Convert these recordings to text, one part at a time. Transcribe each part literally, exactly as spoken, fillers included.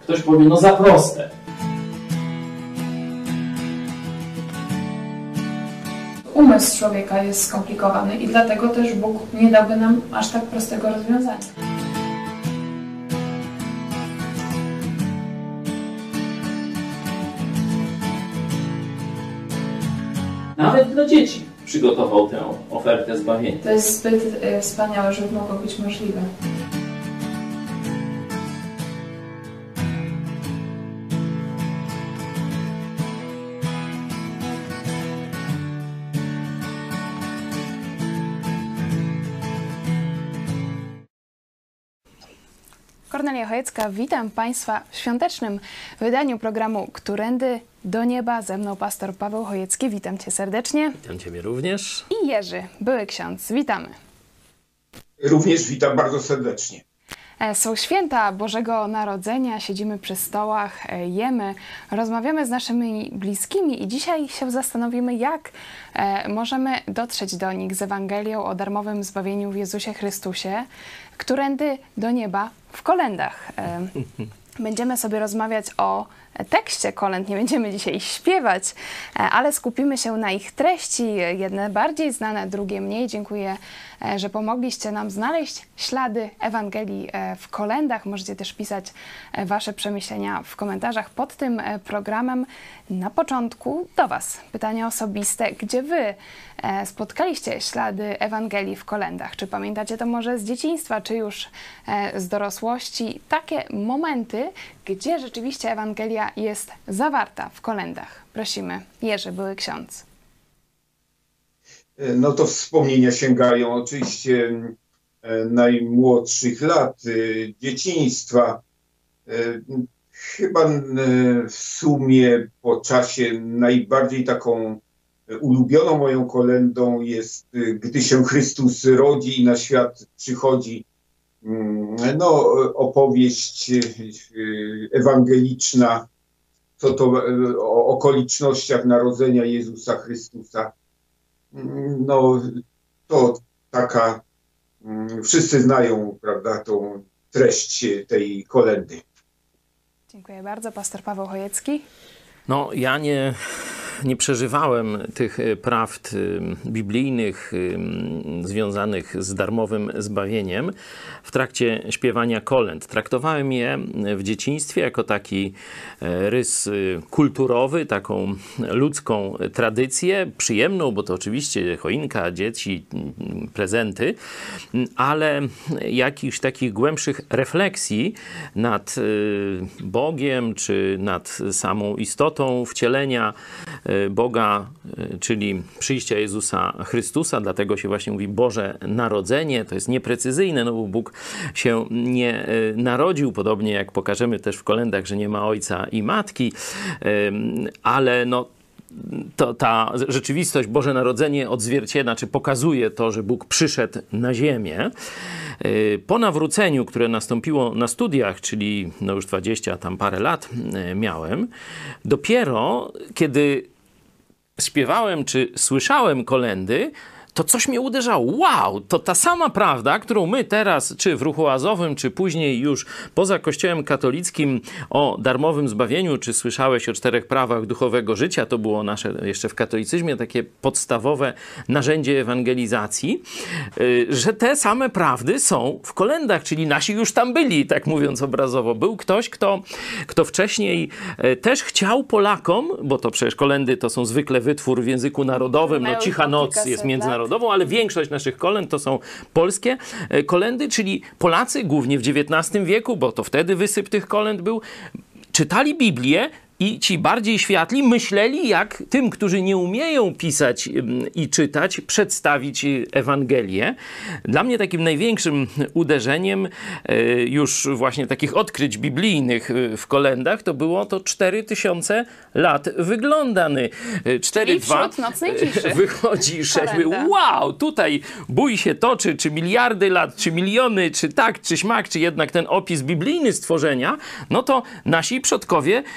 Ktoś powie, no za proste. Umysł człowieka jest skomplikowany i dlatego też Bóg nie dałby nam aż tak prostego rozwiązania. Nawet dla dzieci przygotował tę ofertę zbawienia. To jest zbyt y, wspaniałe, żeby mogło być możliwe. Kornelia Chojecka, witam Państwa w świątecznym wydaniu programu Którędy do nieba. Ze mną pastor Paweł Chojecki, witam Cię serdecznie. Witam Ciebie również. I Jerzy, były ksiądz, witamy. Również witam bardzo serdecznie. Są święta Bożego Narodzenia, siedzimy przy stołach, jemy, rozmawiamy z naszymi bliskimi i dzisiaj się zastanowimy, jak możemy dotrzeć do nich z Ewangelią o darmowym zbawieniu w Jezusie Chrystusie, którędy do nieba w kolędach. Będziemy sobie rozmawiać o tekście kolęd, nie będziemy dzisiaj śpiewać, ale skupimy się na ich treści, jedne bardziej znane, drugie mniej. Dziękuję, że pomogliście nam znaleźć ślady Ewangelii w kolędach. Możecie też pisać Wasze przemyślenia w komentarzach pod tym programem. Na początku do Was pytanie osobiste, gdzie Wy spotkaliście ślady Ewangelii w kolędach? Czy pamiętacie to może z dzieciństwa, czy już z dorosłości? Takie momenty, gdzie rzeczywiście Ewangelia jest zawarta w kolędach. Prosimy. Jerzy, były ksiądz. No to wspomnienia sięgają oczywiście najmłodszych lat, dzieciństwa. Chyba w sumie po czasie najbardziej taką ulubioną moją kolędą jest Gdy się Chrystus rodzi i na świat przychodzi. No, opowieść ewangeliczna, co to o okolicznościach narodzenia Jezusa Chrystusa. No, to taka, wszyscy znają, prawda, tą treść tej kolędy. Dziękuję bardzo. Pastor Paweł Chojecki. No, ja nie, nie przeżywałem tych prawd biblijnych związanych z darmowym zbawieniem w trakcie śpiewania kolęd. Traktowałem je w dzieciństwie jako taki rys kulturowy, taką ludzką tradycję, przyjemną, bo to oczywiście choinka, dzieci, prezenty, ale jakichś takich głębszych refleksji nad Bogiem, czy nad samą istotą wcielenia Boga, czyli przyjścia Jezusa Chrystusa, dlatego się właśnie mówi Boże Narodzenie. To jest nieprecyzyjne, no bo Bóg się nie narodził, podobnie jak pokażemy też w kolędach, że nie ma ojca i matki, ale no to ta rzeczywistość, Boże Narodzenie odzwierciedla, czy pokazuje to, że Bóg przyszedł na ziemię. Po nawróceniu, które nastąpiło na studiach, czyli no już dwadzieścia tam parę lat miałem, dopiero kiedy śpiewałem czy słyszałem kolędy, to coś mnie uderzało. Wow, to ta sama prawda, którą my teraz, czy w Ruchu Oazowym, czy później już poza Kościołem katolickim o darmowym zbawieniu, czy słyszałeś o czterech prawach duchowego życia, to było nasze jeszcze w katolicyzmie takie podstawowe narzędzie ewangelizacji, że te same prawdy są w kolędach, czyli nasi już tam byli, tak mówiąc obrazowo. Był ktoś, kto, kto wcześniej też chciał Polakom, bo to przecież kolędy to są zwykle wytwór w języku narodowym, no Cicha Noc jest międzynarodowa, ale większość naszych kolęd to są polskie kolędy, czyli Polacy głównie w dziewiętnastym wieku, bo to wtedy wysyp tych kolęd był, czytali Biblię i ci bardziej światli myśleli, jak tym, którzy nie umieją pisać i czytać, przedstawić Ewangelię. Dla mnie takim największym uderzeniem już właśnie takich odkryć biblijnych w kolędach to było to cztery tysiące lat wyglądany. cztery dwa wychodzi sześć. Wow, tutaj bój się toczy, czy miliardy lat, czy miliony, czy tak, czy śmak, czy jednak ten opis biblijny stworzenia, no to nasi przodkowie praktycznie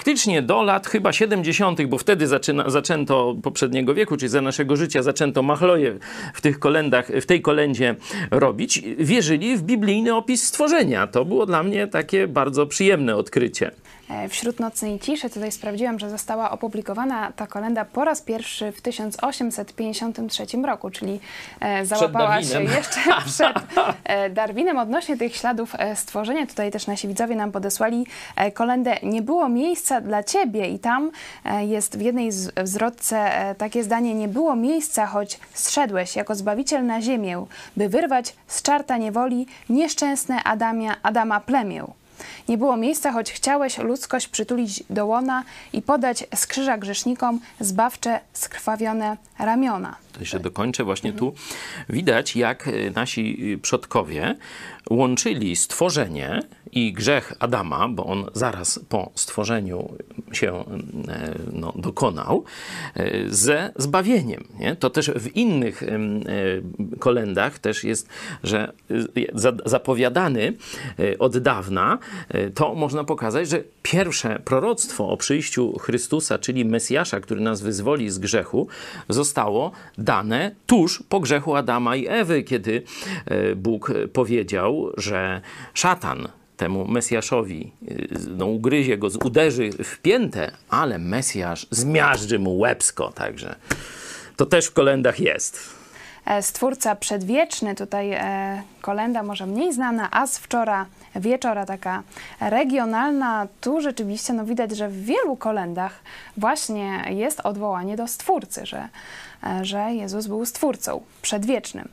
praktycznie do lat chyba siedemdziesiątych, bo wtedy zaczyna, zaczęto poprzedniego wieku, czyli za naszego życia, zaczęto machloje w tych kolendach, w tej kolędzie robić, wierzyli w biblijny opis stworzenia. To było dla mnie takie bardzo przyjemne odkrycie. Wśród nocnej ciszy tutaj sprawdziłam, że została opublikowana ta kolenda po raz pierwszy w tysiąc osiemset pięćdziesiątym trzecim roku, czyli e, załapała się jeszcze przed e, Darwinem. Odnośnie tych śladów e, stworzenia, tutaj też nasi widzowie nam podesłali e, kolendę Nie było miejsca dla Ciebie i tam e, jest w jednej z, w zwrotce e, takie zdanie: nie było miejsca, choć zszedłeś jako Zbawiciel na ziemię, by wyrwać z czarta niewoli nieszczęsne Adamia, Adama plemię. Nie było miejsca, choć chciałeś ludzkość przytulić do łona i podać z krzyża grzesznikom zbawcze skrwawione ramiona. To jeszcze dokończę. Właśnie tu widać, jak nasi przodkowie łączyli stworzenie i grzech Adama, bo on zaraz po stworzeniu się no, dokonał, ze zbawieniem. Nie? To też w innych kolendach też jest, że zapowiadany od dawna, to można pokazać, że pierwsze proroctwo o przyjściu Chrystusa, czyli Mesjasza, który nas wyzwoli z grzechu, zostało dane tuż po grzechu Adama i Ewy, kiedy Bóg powiedział, że szatan temu Mesjaszowi no, ugryzie go, uderzy w piętę, ale Mesjasz zmiażdży mu łebsko, także to też w kolendach jest. Stwórca przedwieczny, tutaj e, kolenda może mniej znana, a z wczora wieczora taka regionalna. Tu rzeczywiście no, widać, że w wielu kolendach właśnie jest odwołanie do Stwórcy, że, e, że Jezus był Stwórcą przedwiecznym.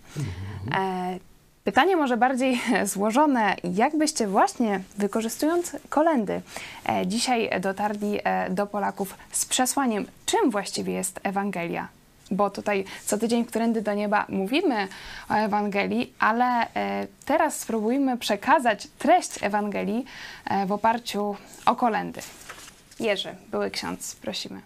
E, pytanie może bardziej złożone. Jak byście właśnie, wykorzystując kolendy, e, dzisiaj dotarli e, do Polaków z przesłaniem, czym właściwie jest Ewangelia? Bo tutaj co tydzień w Którędy do Nieba mówimy o Ewangelii, ale e, teraz spróbujmy przekazać treść Ewangelii e, w oparciu o kolendy. Jerzy, były ksiądz, prosimy.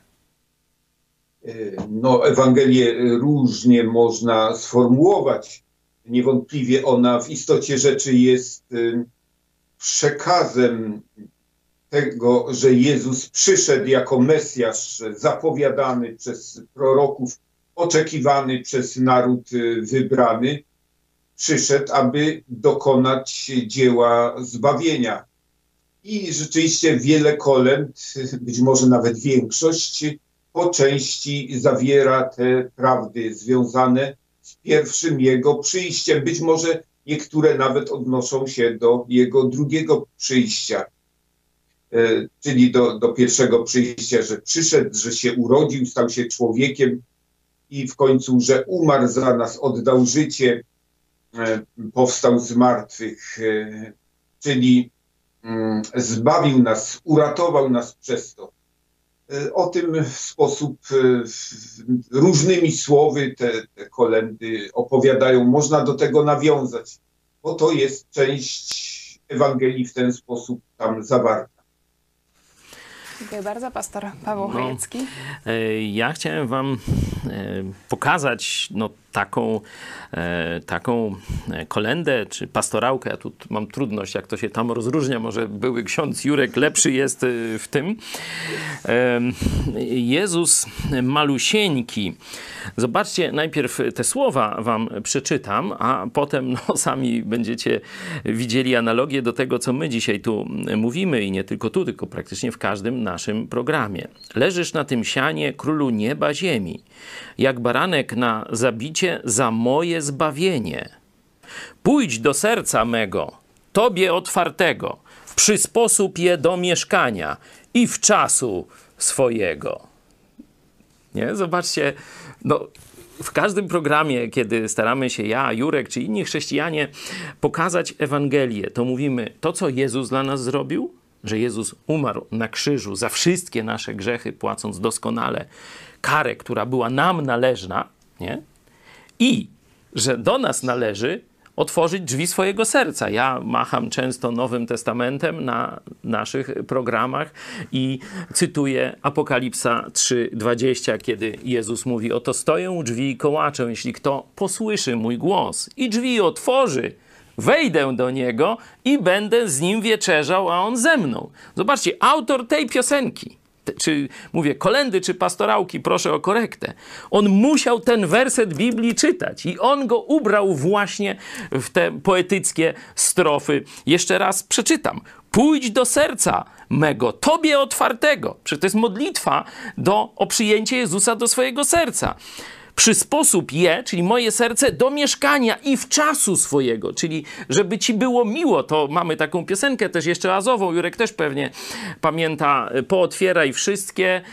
No, Ewangelię różnie można sformułować. Niewątpliwie ona w istocie rzeczy jest przekazem tego, że Jezus przyszedł jako Mesjasz zapowiadany przez proroków, oczekiwany przez naród wybrany, przyszedł, aby dokonać dzieła zbawienia. I rzeczywiście wiele kolęd, być może nawet większość, po części zawiera te prawdy związane z pierwszym Jego przyjściem. Być może niektóre nawet odnoszą się do Jego drugiego przyjścia. Czyli do, do pierwszego przyjścia, że przyszedł, że się urodził, stał się człowiekiem i w końcu, że umarł za nas, oddał życie, powstał z martwych, czyli zbawił nas, uratował nas przez to. O tym w sposób różnymi słowy te, te kolendy opowiadają. Można do tego nawiązać, bo to jest część Ewangelii w ten sposób tam zawarta. Dziękuję bardzo. Pastor Paweł no, Chojecki. Ja chciałem wam pokazać no, taką, taką kolendę, czy pastorałkę. Ja tu mam trudność, jak to się tam rozróżnia. Może były ksiądz Jurek lepszy jest w tym. Jezus malusieńki. Zobaczcie, najpierw te słowa wam przeczytam, a potem no, sami będziecie widzieli analogię do tego, co my dzisiaj tu mówimy i nie tylko tu, tylko praktycznie w każdym naszym programie. Leżysz na tym sianie, królu nieba, ziemi, jak baranek na zabicie za moje zbawienie. Pójdź do serca mego, tobie otwartego, przysposób je do mieszkania i w czasu swojego. Nie? Zobaczcie, no, w każdym programie, kiedy staramy się ja, Jurek czy inni chrześcijanie pokazać Ewangelię, to mówimy to, co Jezus dla nas zrobił, że Jezus umarł na krzyżu za wszystkie nasze grzechy, płacąc doskonale karę, która była nam należna, nie? I że do nas należy otworzyć drzwi swojego serca. Ja macham często Nowym Testamentem na naszych programach i cytuję Apokalipsa trzy dwadzieścia, kiedy Jezus mówi: oto stoję u drzwi i kołaczę, jeśli kto posłyszy mój głos i drzwi otworzy, wejdę do Niego i będę z Nim wieczerzał, a On ze mną. Zobaczcie, autor tej piosenki, czy mówię kolendy, czy pastorałki, proszę o korektę. On musiał ten werset Biblii czytać i on go ubrał właśnie w te poetyckie strofy. Jeszcze raz przeczytam. Pójdź do serca mego, Tobie otwartego. Przecież to jest modlitwa do, o przyjęcie Jezusa do swojego serca. Przysposób je, czyli moje serce, do mieszkania i w czasu swojego, czyli żeby ci było miło. To mamy taką piosenkę też jeszcze azową, Jurek też pewnie pamięta, pootwieraj wszystkie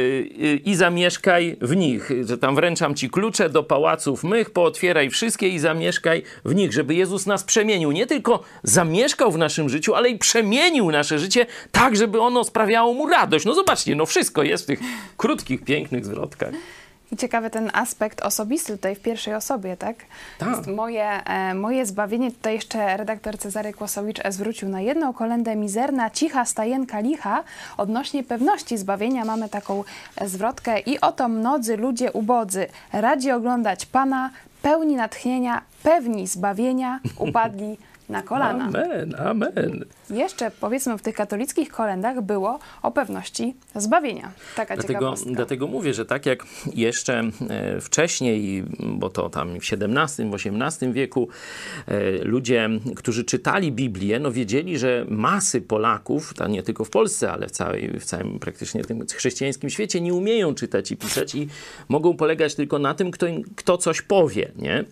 yy, i zamieszkaj w nich. Że tam wręczam ci klucze do pałaców mych, pootwieraj wszystkie i zamieszkaj w nich, żeby Jezus nas przemienił. Nie tylko zamieszkał w naszym życiu, ale i przemienił nasze życie tak, żeby ono sprawiało mu radość. No zobaczcie, no wszystko jest w tych krótkich, pięknych zwrotkach. I ciekawy ten aspekt osobisty tutaj w pierwszej osobie, tak? Tak. Moje, e, moje zbawienie, tutaj jeszcze redaktor Cezary Kłosowicz zwrócił na jedną kolędę mizerna, cicha stajenka licha. Odnośnie pewności zbawienia mamy taką zwrotkę i oto mnodzy ludzie ubodzy, radzi oglądać Pana, pełni natchnienia, pewni zbawienia, upadli na kolana. Amen, amen. Jeszcze powiedzmy w tych katolickich kolędach było o pewności zbawienia. Taka Dlatego, ciekawostka. dlatego mówię, że tak jak jeszcze e, wcześniej, bo to tam w siedemnastym, w osiemnastym wieku e, ludzie, którzy czytali Biblię, no wiedzieli, że masy Polaków, to nie tylko w Polsce, ale w, całej, w całym praktycznie tym chrześcijańskim świecie nie umieją czytać i pisać i mogą polegać tylko na tym, kto, im, kto coś powie, nie? E,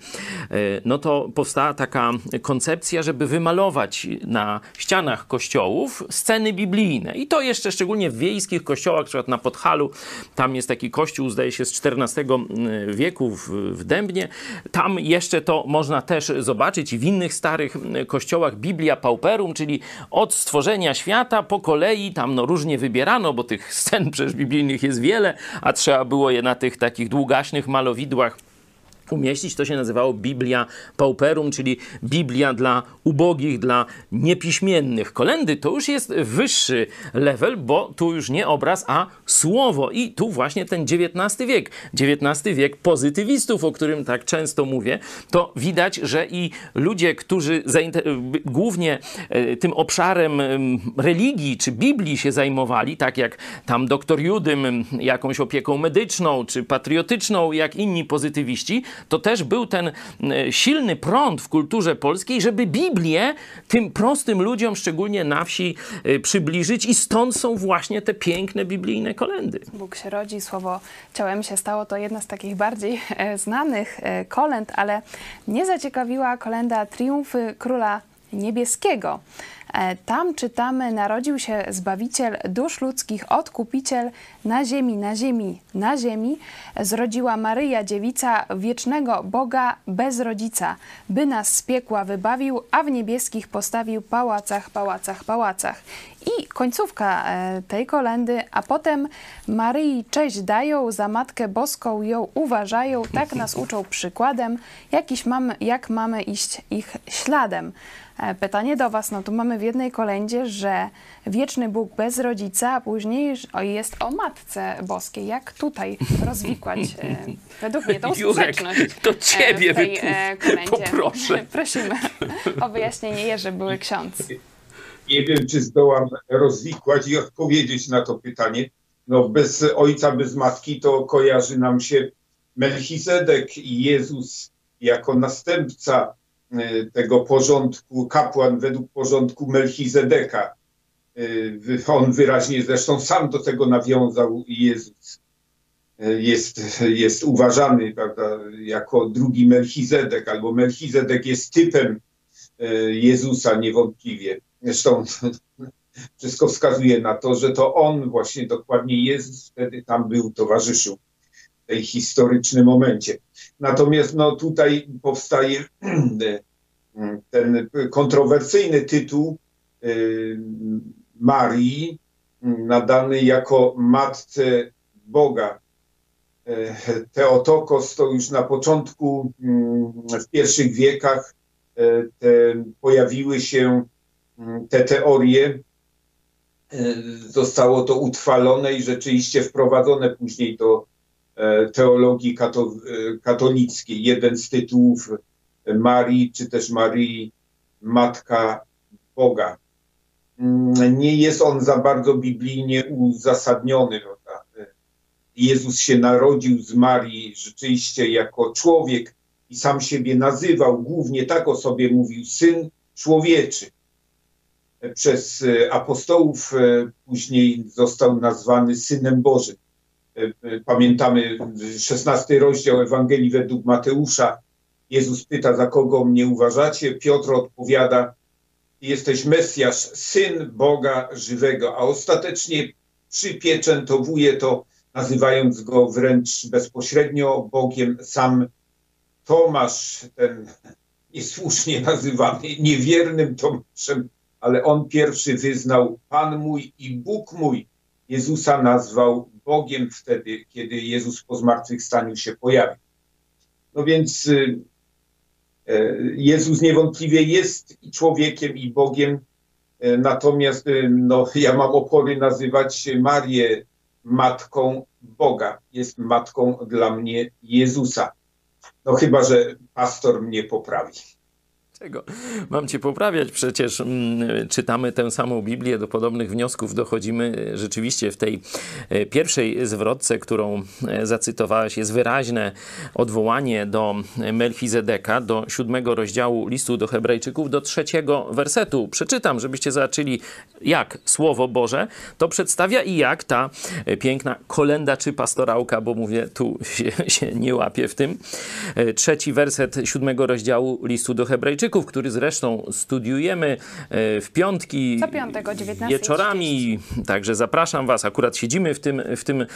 no to powstała taka koncepcja, żeby wymalować na ścianach kościołów sceny biblijne. I to jeszcze szczególnie w wiejskich kościołach, na przykład na Podhalu, tam jest taki kościół, zdaje się, z czternastego wieku w, w Dębnie. Tam jeszcze to można też zobaczyć i w innych starych kościołach Biblia Pauperum, czyli od stworzenia świata po kolei, tam no różnie wybierano, bo tych scen przecież biblijnych jest wiele, a trzeba było je na tych takich długaśnych malowidłach umieścić. To się nazywało Biblia Pauperum, czyli Biblia dla ubogich, dla niepiśmiennych. Kolendy to już jest wyższy level, bo tu już nie obraz, a słowo. I tu właśnie ten dziewiętnasty wiek. dziewiętnasty wiek pozytywistów, o którym tak często mówię, to widać, że i ludzie, którzy głównie tym obszarem religii czy Biblii się zajmowali, tak jak tam doktor Judym jakąś opieką medyczną czy patriotyczną, jak inni pozytywiści, to też był ten silny prąd w kulturze polskiej, żeby Biblię tym prostym ludziom, szczególnie na wsi, przybliżyć i stąd są właśnie te piękne biblijne kolendy. Bóg się rodzi, słowo ciałem się stało, to jedna z takich bardziej e, znanych e, kolęd, ale mnie zaciekawiła kolenda Triumfy Króla Niebieskiego. Tam czytamy, narodził się Zbawiciel dusz ludzkich, Odkupiciel na ziemi, na ziemi, na ziemi. Zrodziła Maryja Dziewica wiecznego Boga bez rodzica, by nas z piekła wybawił, a w niebieskich postawił pałacach, pałacach, pałacach. I końcówka tej kolendy, a potem Maryi cześć dają, za Matkę Boską ją uważają, tak nas uczą przykładem, jakiś mamy, jak mamy iść ich śladem. Pytanie do was, no tu mamy w jednej kolędzie, że wieczny Bóg bez rodzica, a później jest o Matce Boskiej. Jak tutaj rozwikłać e, według mnie tą sprzeczność? Jurek, to ciebie w tej e, kolędzie. poproszę. Prosimy o wyjaśnienie, Jerzy były ksiądz. Nie wiem, czy zdołam rozwikłać i odpowiedzieć na to pytanie. No bez ojca, bez matki to kojarzy nam się Melchizedek i Jezus jako następca tego porządku, kapłan według porządku Melchizedeka. On wyraźnie zresztą sam do tego nawiązał. Jezus jest, jest uważany, prawda, jako drugi Melchizedek, albo Melchizedek jest typem Jezusa niewątpliwie. Zresztą wszystko wskazuje na to, że to on, właśnie dokładnie Jezus wtedy tam był, towarzyszył w tej historycznym momencie. Natomiast no, tutaj powstaje ten kontrowersyjny tytuł Marii, nadany jako Matce Boga. Theotokos to już na początku, w pierwszych wiekach te, pojawiły się te teorie, zostało to utrwalone i rzeczywiście wprowadzone później do teologii katolickiej. Jeden z tytułów Marii, czy też Marii Matka Boga. Nie jest on za bardzo biblijnie uzasadniony. Jezus się narodził z Marii rzeczywiście jako człowiek i sam siebie nazywał, głównie tak o sobie mówił, Syn Człowieczy. Przez apostołów później został nazwany Synem Bożym. Pamiętamy szesnasty rozdział Ewangelii według Mateusza. Jezus pyta, za kogo mnie uważacie? Piotr odpowiada, jesteś Mesjasz, Syn Boga żywego, a ostatecznie przypieczętowuje to, nazywając go wręcz bezpośrednio Bogiem. Sam Tomasz, ten niesłusznie nazywany niewiernym Tomaszem, ale on pierwszy wyznał, Pan mój i Bóg mój. Jezusa nazwał Bogiem wtedy, kiedy Jezus po zmartwychwstaniu się pojawił. No więc Jezus niewątpliwie jest i człowiekiem, i Bogiem, natomiast no, ja mam opory nazywać Marię matką Boga. Jest matką dla mnie Jezusa. No chyba że pastor mnie poprawi. Czego mam cię poprawiać? Przecież mm, czytamy tę samą Biblię, do podobnych wniosków dochodzimy. Rzeczywiście w tej pierwszej zwrotce, którą zacytowałeś, jest wyraźne odwołanie do Melchizedeka, do siódmego rozdziału listu do Hebrajczyków, do trzeciego wersetu. Przeczytam, żebyście zobaczyli, jak Słowo Boże to przedstawia i jak ta piękna kolenda czy pastorałka, bo mówię, tu się, się nie łapię w tym. Trzeci werset siódmego rozdziału listu do Hebrajczyków, który zresztą studiujemy w piątki Co piątek o dziewiętnastej wieczorami. Także zapraszam was. Akurat siedzimy w tym, w tym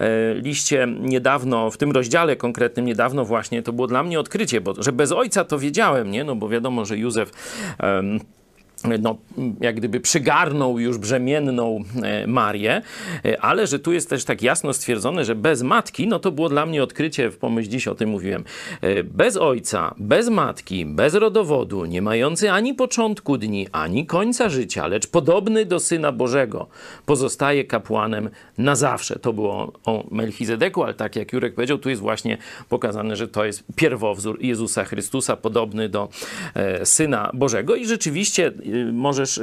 liście niedawno, w tym rozdziale konkretnym niedawno właśnie. To było dla mnie odkrycie, bo że bez ojca to wiedziałem, nie? No bo wiadomo, że Józef um, no, jak gdyby przygarnął już brzemienną Marię, ale że tu jest też tak jasno stwierdzone, że bez matki, no to było dla mnie odkrycie, w pomyśl dziś o tym mówiłem, bez ojca, bez matki, bez rodowodu, nie mający ani początku dni, ani końca życia, lecz podobny do Syna Bożego, pozostaje kapłanem na zawsze. To było o Melchizedeku, ale tak jak Jurek powiedział, tu jest właśnie pokazane, że to jest pierwowzór Jezusa Chrystusa, podobny do e, Syna Bożego i rzeczywiście możesz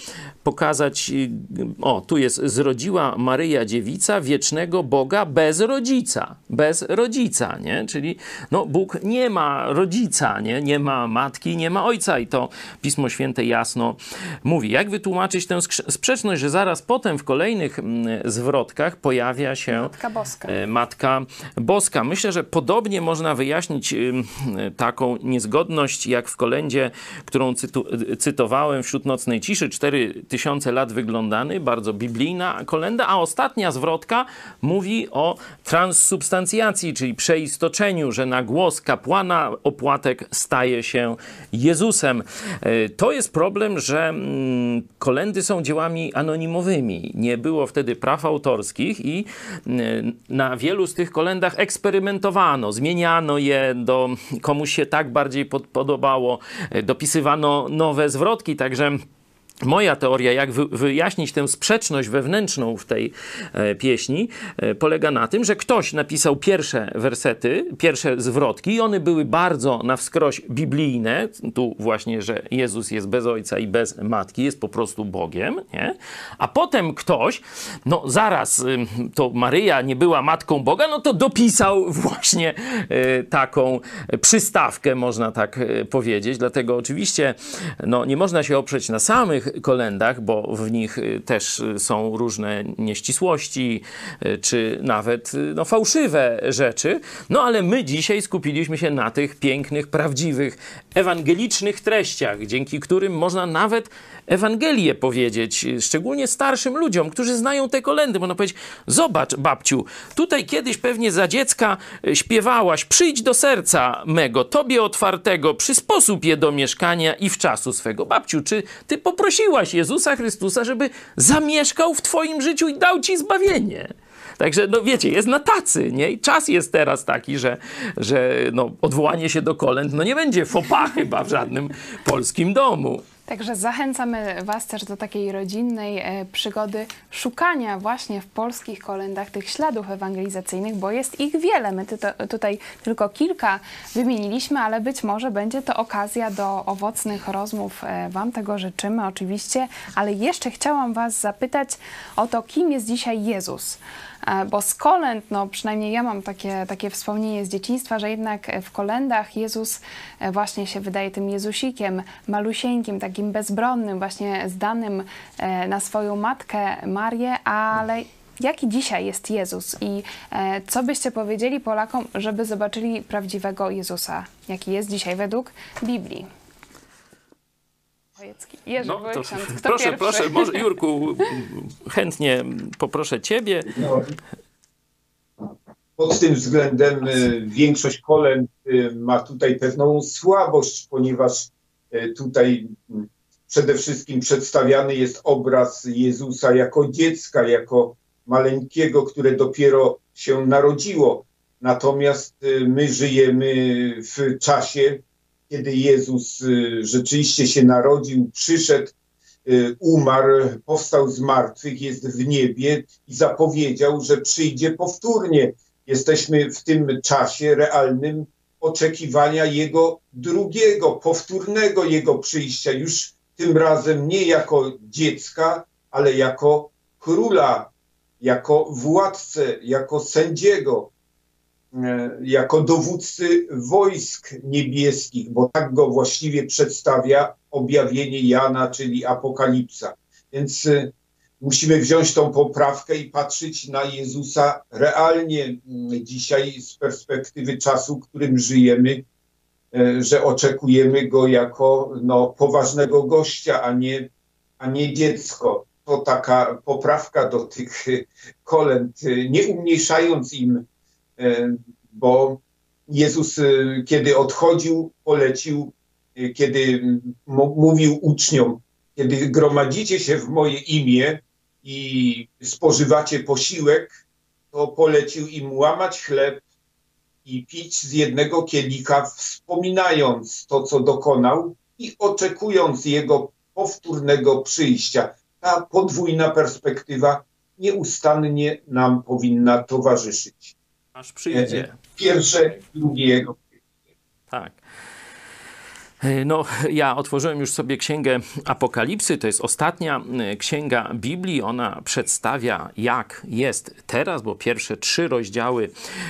pokazać, o, tu jest, zrodziła Maryja dziewica wiecznego Boga bez rodzica, bez rodzica, nie? Czyli no, Bóg nie ma rodzica, nie? Nie ma matki, nie ma ojca i to Pismo Święte jasno mówi. Jak wytłumaczyć tę sprzeczność, że zaraz potem w kolejnych zwrotkach pojawia się Matka Boska. Matka Boska. Myślę, że podobnie można wyjaśnić taką niezgodność, jak w kolendzie, którą cytu, cytowałem, Wśród nocnej ciszy, cztery tysiące lat wyglądany, bardzo biblijna kolenda, a ostatnia zwrotka mówi o transsubstancjacji, czyli przeistoczeniu, że na głos kapłana opłatek staje się Jezusem. To jest problem, że kolendy są dziełami anonimowymi. Nie było wtedy praw autorskich i na wielu z tych kolendach eksperymentowano, zmieniano je, do komuś się tak bardziej podobało, dopisywano nowe zwrotki, także moja teoria, jak wyjaśnić tę sprzeczność wewnętrzną w tej e, pieśni, e, polega na tym, że ktoś napisał pierwsze wersety, pierwsze zwrotki i one były bardzo na wskroś biblijne. Tu właśnie, że Jezus jest bez ojca i bez matki, jest po prostu Bogiem, nie? A potem ktoś, no zaraz, y, to Maryja nie była matką Boga, no to dopisał właśnie y, taką przystawkę, można tak y, powiedzieć. Dlatego oczywiście no, nie można się oprzeć na samych kolendach, bo w nich też są różne nieścisłości, czy nawet no, fałszywe rzeczy. No ale my dzisiaj skupiliśmy się na tych pięknych, prawdziwych, ewangelicznych treściach, dzięki którym można nawet Ewangelię powiedzieć, szczególnie starszym ludziom, którzy znają te kolendy. Można powiedzieć, zobacz babciu, tutaj kiedyś pewnie za dziecka śpiewałaś, przyjdź do serca mego, tobie otwartego, przysposób je do mieszkania i w czasu swego. Babciu, czy ty poprosiłaś Jezusa Chrystusa, żeby zamieszkał w twoim życiu i dał ci zbawienie? Także, no wiecie, jest na tacy, nie? I czas jest teraz taki, że, że no, odwołanie się do kolęd, no nie będzie faux pas chyba w żadnym polskim domu. Także zachęcamy Was też do takiej rodzinnej e, przygody szukania właśnie w polskich kolendach tych śladów ewangelizacyjnych, bo jest ich wiele. My ty to, tutaj tylko kilka wymieniliśmy, ale być może będzie to okazja do owocnych rozmów. E, Wam tego życzymy oczywiście, ale jeszcze chciałam Was zapytać o to, kim jest dzisiaj Jezus. Bo z kolęd, no przynajmniej ja mam takie, takie wspomnienie z dzieciństwa, że jednak w kolędach Jezus właśnie się wydaje tym Jezusikiem, malusieńkim, takim bezbronnym, właśnie zdanym na swoją matkę Marię, ale jaki dzisiaj jest Jezus i co byście powiedzieli Polakom, żeby zobaczyli prawdziwego Jezusa, jaki jest dzisiaj według Biblii? Jerzy no, to, Kto proszę, pierwszy? proszę, może Jurku, chętnie poproszę ciebie. No, pod tym względem większość kolęd ma tutaj pewną słabość, ponieważ tutaj przede wszystkim przedstawiany jest obraz Jezusa jako dziecka, jako maleńkiego, które dopiero się narodziło. Natomiast my żyjemy w czasie, kiedy Jezus rzeczywiście się narodził, przyszedł, umarł, powstał z martwych, jest w niebie i zapowiedział, że przyjdzie powtórnie. Jesteśmy w tym czasie realnym oczekiwania Jego drugiego, powtórnego Jego przyjścia, już tym razem nie jako dziecka, ale jako króla, jako władcę, jako sędziego, jako dowódcy wojsk niebieskich, bo tak go właściwie przedstawia objawienie Jana, czyli Apokalipsa. Więc musimy wziąć tą poprawkę i patrzeć na Jezusa realnie dzisiaj z perspektywy czasu, w którym żyjemy, że oczekujemy go jako no, poważnego gościa, a nie, a nie dziecko. To taka poprawka do tych kolęd, nie umniejszając im, bo Jezus, kiedy odchodził, polecił, kiedy mówił uczniom, kiedy gromadzicie się w moje imię i spożywacie posiłek, to polecił im łamać chleb i pić z jednego kielika, wspominając to, co dokonał i oczekując Jego powtórnego przyjścia. Ta podwójna perspektywa nieustannie nam powinna towarzyszyć. Aż przyjdzie. Pierwsze, drugie. Tak. No, ja otworzyłem już sobie księgę Apokalipsy, to jest ostatnia księga Biblii, ona przedstawia jak jest teraz, bo pierwsze trzy rozdziały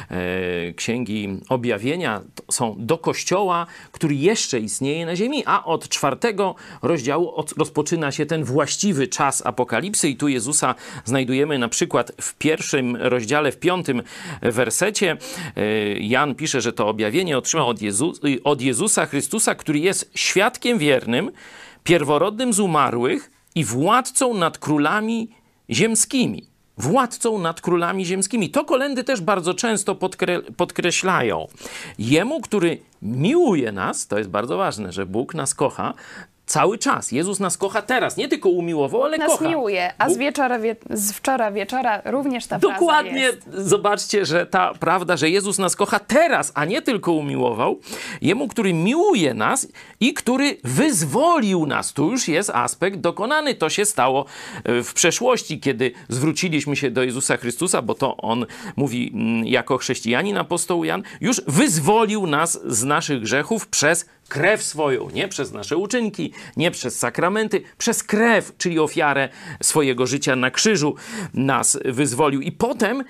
e, księgi Objawienia są do Kościoła, który jeszcze istnieje na ziemi, a od czwartego rozdziału od, rozpoczyna się ten właściwy czas Apokalipsy i tu Jezusa znajdujemy na przykład w pierwszym rozdziale, w piątym wersecie. E, Jan pisze, że to objawienie otrzymał od, Jezu, od Jezusa Chrystusa, który jest świadkiem wiernym, pierworodnym z umarłych i władcą nad królami ziemskimi. Władcą nad królami ziemskimi. To kolędy też bardzo często podkre podkreślają. Jemu, który miłuje nas, to jest bardzo ważne, że Bóg nas kocha, cały czas. Jezus nas kocha teraz. Nie tylko umiłował, ale nas kocha. Nas miłuje, a Bóg... z, wieczora wie... z wczora wieczora również ta Dokładnie. fraza jest. Zobaczcie, że ta prawda, że Jezus nas kocha teraz, a nie tylko umiłował. Jemu, który miłuje nas i który wyzwolił nas. Tu już jest aspekt dokonany. To się stało w przeszłości, kiedy zwróciliśmy się do Jezusa Chrystusa, bo to On mówi jako chrześcijanin, apostoł Jan, już wyzwolił nas z naszych grzechów przez krew swoją, nie przez nasze uczynki, nie przez sakramenty, przez krew, czyli ofiarę swojego życia na krzyżu nas wyzwolił. I potem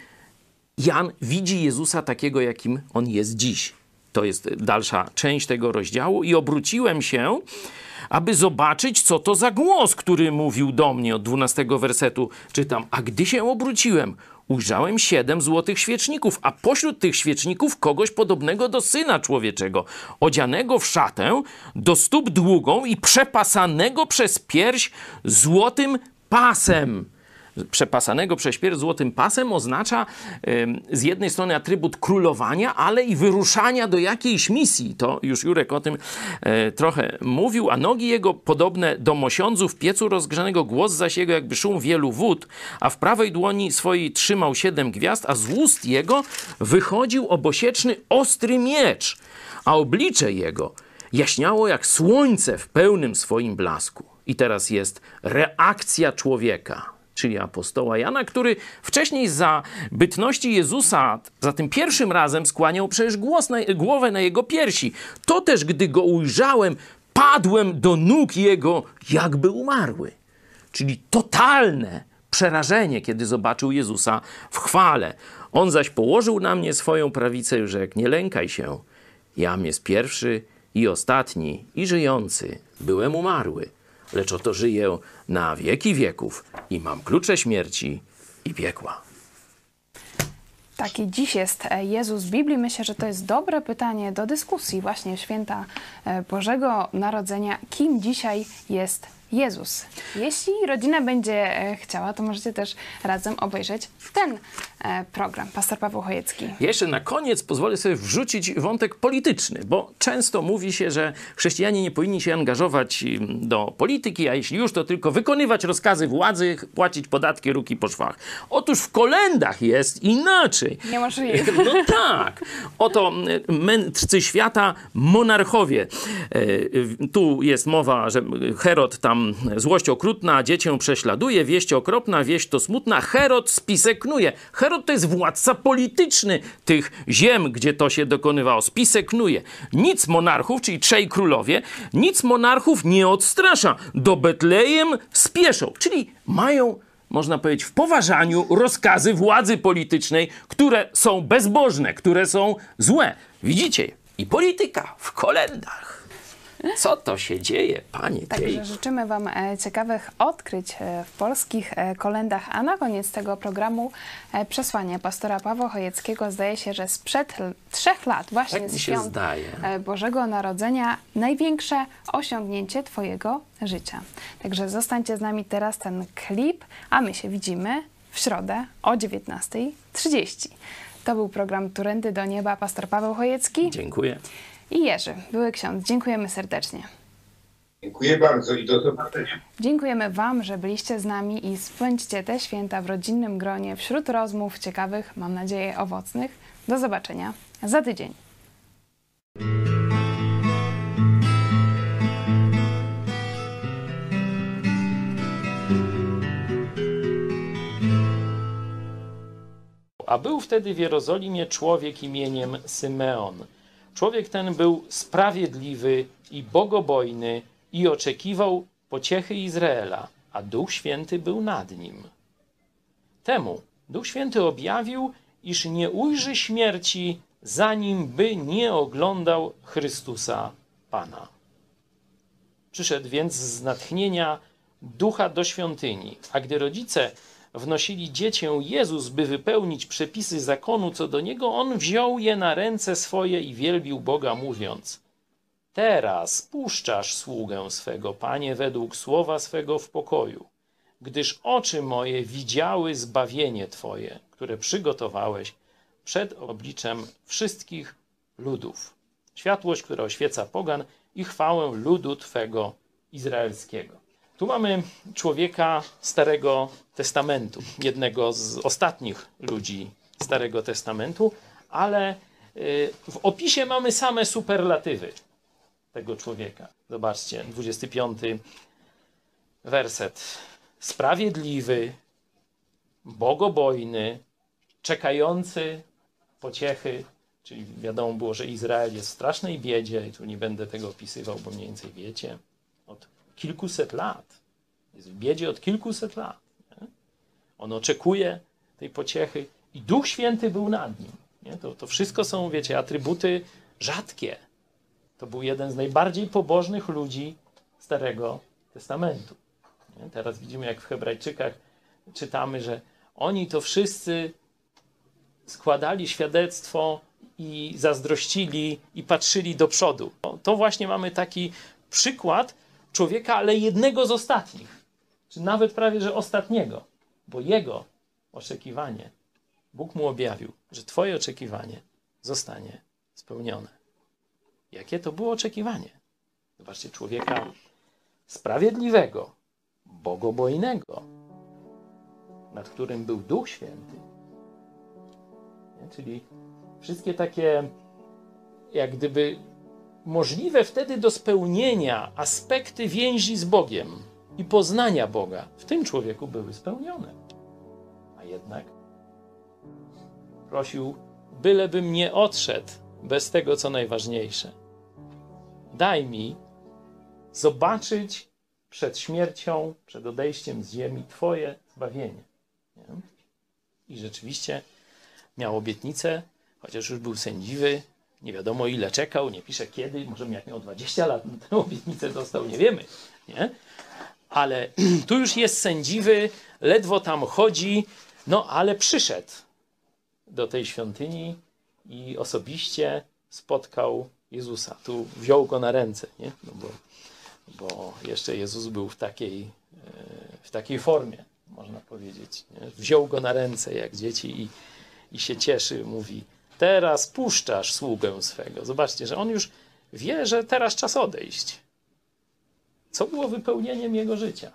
Jan widzi Jezusa takiego, jakim On jest dziś. To jest dalsza część tego rozdziału. I obróciłem się, aby zobaczyć, co to za głos, który mówił do mnie. Od dwunastego wersetu czytam. A gdy się obróciłem, ujrzałem siedem złotych świeczników, a pośród tych świeczników kogoś podobnego do Syna Człowieczego, odzianego w szatę, do stóp długą i przepasanego przez pierś złotym pasem. Przepasanego przez pierś złotym pasem oznacza y, z jednej strony atrybut królowania, ale i wyruszania do jakiejś misji. To już Jurek o tym y, trochę mówił, a nogi jego podobne do mosiądzu w piecu rozgrzanego, głos zaś jego jakby szum wielu wód, a w prawej dłoni swojej trzymał siedem gwiazd, a z ust jego wychodził obosieczny ostry miecz, a oblicze jego jaśniało jak słońce w pełnym swoim blasku. I teraz jest reakcja człowieka, czyli apostoła Jana, który wcześniej za bytności Jezusa, za tym pierwszym razem skłaniał przecież głos na, głowę na jego piersi. To też, gdy go ujrzałem, padłem do nóg jego, jakby umarły. Czyli totalne przerażenie, kiedy zobaczył Jezusa w chwale. On zaś położył na mnie swoją prawicę i rzekł: nie lękaj się, jam jest pierwszy i ostatni i żyjący. Byłem umarły, lecz oto żyję na wieki wieków i mam klucze śmierci i piekła. Taki dziś jest Jezus w Biblii. Myślę, że to jest dobre pytanie do dyskusji właśnie święta Bożego Narodzenia. Kim dzisiaj jest Jezus? Jeśli rodzina będzie chciała, to możecie też razem obejrzeć ten program. Pastor Paweł Chojecki. Jeszcze na koniec pozwolę sobie wrzucić wątek polityczny, bo często mówi się, że chrześcijanie nie powinni się angażować do polityki, a jeśli już, to tylko wykonywać rozkazy władzy, płacić podatki ruki po szwach. Otóż w kolendach jest inaczej. Niemożliwe. No tak. Oto mędrcy świata, monarchowie. Tu jest mowa, że Herod tam złość okrutna, dziecię prześladuje, wieść okropna, wieść to smutna, Herod spiseknuje. Herod to jest władca polityczny tych ziem, gdzie to się dokonywało. Spiseknuje. Nic monarchów, czyli trzej królowie, nic monarchów nie odstrasza. Do Betlejem spieszą. Czyli mają, można powiedzieć, w poważaniu rozkazy władzy politycznej, które są bezbożne, które są złe. Widzicie? I polityka w kolendach. Co to się dzieje, panie Także Kiej? życzymy wam e, ciekawych odkryć e, w polskich e, kolendach, a na koniec tego programu e, przesłanie pastora Pawła Chojeckiego. Zdaje się, że sprzed l- trzech lat, właśnie Tak z mi się świąt zdaje. e, Bożego Narodzenia, największe osiągnięcie twojego życia. Także zostańcie z nami teraz, ten klip, a my się widzimy w środę o dziewiętnasta trzydzieści. To był program Turendy do Nieba. Pastor Paweł Chojecki Dziękuję. i Jerzy, były ksiądz. Dziękujemy serdecznie. Dziękuję bardzo i do zobaczenia. Dziękujemy wam, że byliście z nami i spędźcie te święta w rodzinnym gronie wśród rozmów ciekawych, mam nadzieję owocnych. Do zobaczenia za tydzień. A był wtedy w Jerozolimie człowiek imieniem Symeon. Człowiek ten był sprawiedliwy i bogobojny i oczekiwał pociechy Izraela, a Duch Święty był nad nim. Temu Duch Święty objawił, iż nie ujrzy śmierci, zanim by nie oglądał Chrystusa Pana. Przyszedł więc z natchnienia Ducha do świątyni, a gdy rodzice wnosili dziecię Jezus, by wypełnić przepisy zakonu co do niego, on wziął je na ręce swoje i wielbił Boga, mówiąc: teraz puszczasz sługę swego, Panie, według słowa swego w pokoju, gdyż oczy moje widziały zbawienie Twoje, które przygotowałeś przed obliczem wszystkich ludów. Światłość, która oświeca pogan i chwałę ludu Twego izraelskiego. Tu mamy człowieka Starego Testamentu, jednego z ostatnich ludzi Starego Testamentu, ale w opisie mamy same superlatywy tego człowieka. Zobaczcie, dwudziesty piąty werset. Sprawiedliwy, bogobojny, czekający pociechy, czyli wiadomo było, że Izrael jest w strasznej biedzie i tu nie będę tego opisywał, bo mniej więcej wiecie, od kilkuset lat. Jest w biedzie od kilkuset lat. Nie? On oczekuje tej pociechy i Duch Święty był nad nim. Nie? To, to wszystko są, wiecie, atrybuty rzadkie. To był jeden z najbardziej pobożnych ludzi Starego Testamentu. Nie? Teraz widzimy, jak w Hebrajczykach czytamy, że oni to wszyscy składali świadectwo i zazdrościli i patrzyli do przodu. To właśnie mamy taki przykład człowieka, ale jednego z ostatnich, czy nawet prawie, że ostatniego, bo jego oczekiwanie, Bóg mu objawił, że twoje oczekiwanie zostanie spełnione. Jakie to było oczekiwanie? Zobaczcie, człowieka sprawiedliwego, bogobojnego, nad którym był Duch Święty. Nie? Czyli wszystkie takie, jak gdyby możliwe wtedy do spełnienia aspekty więzi z Bogiem i poznania Boga w tym człowieku były spełnione. A jednak prosił, bylebym nie odszedł bez tego, co najważniejsze. Daj mi zobaczyć przed śmiercią, przed odejściem z ziemi Twoje zbawienie. Nie? I rzeczywiście miał obietnicę, chociaż już był sędziwy, nie wiadomo ile czekał, nie pisze kiedy, może jak miał dwadzieścia lat, no tę obietnicę dostał, nie wiemy. Nie? Ale tu już jest sędziwy, ledwo tam chodzi, no ale przyszedł do tej świątyni i osobiście spotkał Jezusa. Tu wziął go na ręce, nie? No bo, bo jeszcze Jezus był w takiej, w takiej formie, można powiedzieć. Nie? Wziął go na ręce jak dzieci i, i się cieszy, mówi: teraz puszczasz sługę swego. Zobaczcie, że on już wie, że teraz czas odejść. Co było wypełnieniem jego życia?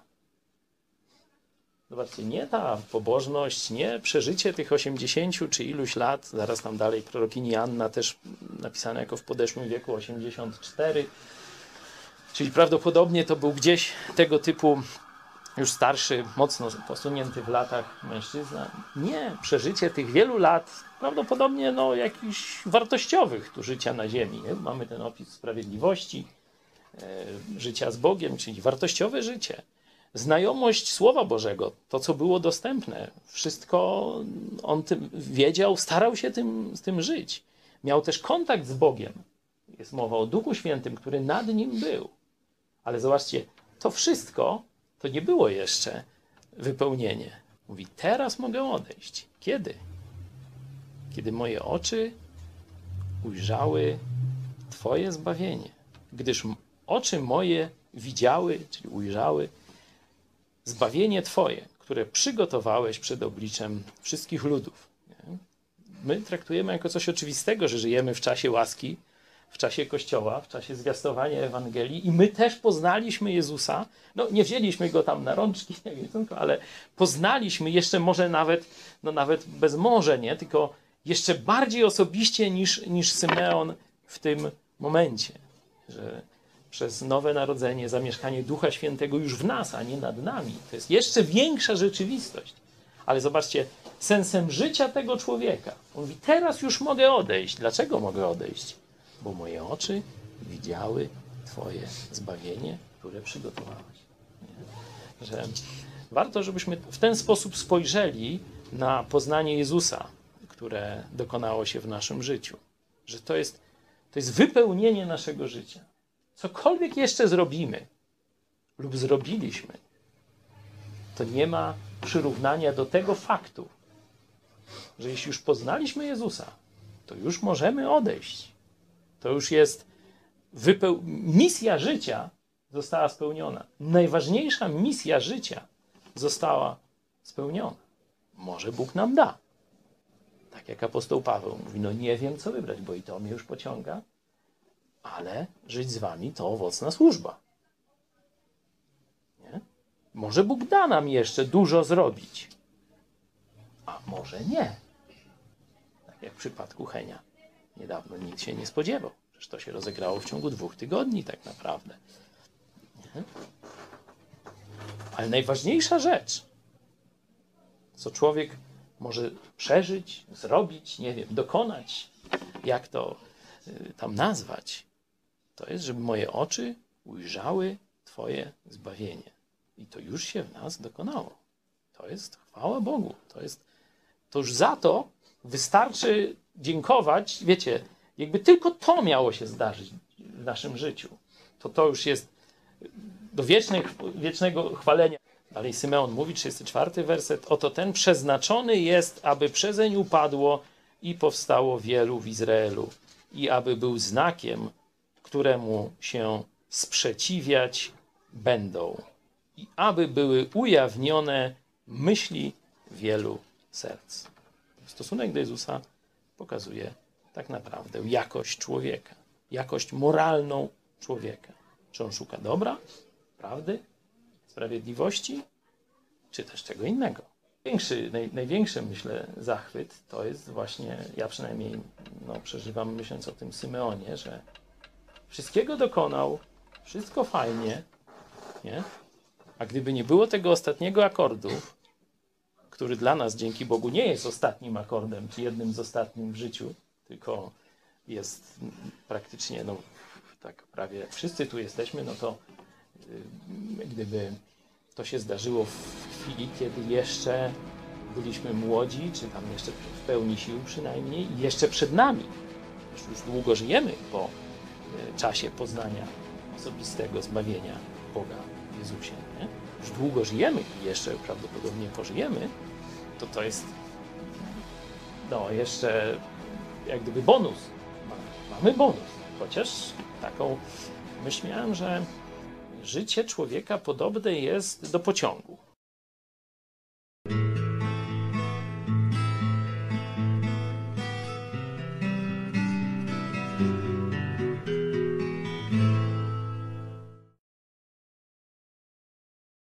Zobaczcie, nie ta pobożność, nie przeżycie tych osiemdziesięciu czy iluś lat, zaraz tam dalej prorokini Anna też napisana jako w podeszłym wieku osiemdziesiąt cztery, czyli prawdopodobnie to był gdzieś tego typu już starszy, mocno posunięty w latach mężczyzna. Nie, przeżycie tych wielu lat, prawdopodobnie no, jakichś wartościowych tu życia na ziemi. Nie? Mamy ten opis sprawiedliwości, e, życia z Bogiem, czyli wartościowe życie. Znajomość Słowa Bożego, to co było dostępne, wszystko on tym wiedział, starał się tym, z tym żyć. Miał też kontakt z Bogiem. Jest mowa o Duchu Świętym, który nad nim był. Ale zobaczcie, to wszystko to nie było jeszcze wypełnienie. Mówi, teraz mogę odejść. Kiedy? Kiedy moje oczy ujrzały Twoje zbawienie. Gdyż oczy moje widziały, czyli ujrzały, zbawienie Twoje, które przygotowałeś przed obliczem wszystkich ludów. Nie? My traktujemy jako coś oczywistego, że żyjemy w czasie łaski, w czasie Kościoła, w czasie zwiastowania Ewangelii i my też poznaliśmy Jezusa. No nie wzięliśmy Go tam na rączki, nie wiem, ale poznaliśmy jeszcze może nawet, no nawet bez może, nie? Tylko jeszcze bardziej osobiście niż, niż Symeon w tym momencie, że przez nowe narodzenie, zamieszkanie Ducha Świętego już w nas, a nie nad nami. To jest jeszcze większa rzeczywistość. Ale zobaczcie, sensem życia tego człowieka, on mówi, teraz już mogę odejść. Dlaczego mogę odejść? Bo moje oczy widziały Twoje zbawienie, które przygotowałeś. Nie? Że warto, żebyśmy w ten sposób spojrzeli na poznanie Jezusa, które dokonało się w naszym życiu. Że to jest, to jest wypełnienie naszego życia. Cokolwiek jeszcze zrobimy lub zrobiliśmy, to nie ma przyrównania do tego faktu, że jeśli już poznaliśmy Jezusa, to już możemy odejść. To już jest wypeł... misja życia została spełniona. Najważniejsza misja życia została spełniona. Może Bóg nam da. Tak jak apostoł Paweł mówi, no nie wiem, co wybrać, bo i to mnie już pociąga, ale żyć z wami to owocna służba. Nie? Może Bóg da nam jeszcze dużo zrobić, a może nie. Tak jak w przypadku Henia. Niedawno nikt się nie spodziewał. Przecież to się rozegrało w ciągu dwóch tygodni tak naprawdę. Nie? Ale najważniejsza rzecz, co człowiek może przeżyć, zrobić, nie wiem, dokonać, jak to y, tam nazwać, to jest, żeby moje oczy ujrzały Twoje zbawienie. I to już się w nas dokonało. To jest chwała Bogu. To jest, to już za to wystarczy dziękować. Wiecie, jakby tylko to miało się zdarzyć w naszym życiu, to to już jest do wiecznej, wiecznego chwalenia. Dalej Symeon mówi, trzydziesty czwarty werset, oto ten przeznaczony jest, aby przezeń upadło i powstało wielu w Izraelu i aby był znakiem, któremu się sprzeciwiać będą i aby były ujawnione myśli wielu serc. Stosunek do Jezusa pokazuje tak naprawdę jakość człowieka, jakość moralną człowieka. Czy on szuka dobra, prawdy, sprawiedliwości, czy też czego innego. Największy, naj, największy, myślę, zachwyt to jest właśnie, ja przynajmniej no, przeżywam, myśląc o tym Symeonie, że wszystkiego dokonał, wszystko fajnie, nie? A gdyby nie było tego ostatniego akordu, który dla nas dzięki Bogu nie jest ostatnim akordem, czy jednym z ostatnich w życiu, tylko jest praktycznie, no tak prawie wszyscy tu jesteśmy, no to y, gdyby to się zdarzyło w chwili, kiedy jeszcze byliśmy młodzi, czy tam jeszcze w pełni sił przynajmniej, i jeszcze przed nami, już, już długo żyjemy po y, czasie poznania osobistego zbawienia Boga w Jezusie, nie? Już długo żyjemy i jeszcze prawdopodobnie pożyjemy, to to jest no jeszcze jak gdyby bonus. Mamy bonus. Chociaż taką myśl miałem, że życie człowieka podobne jest do pociągu.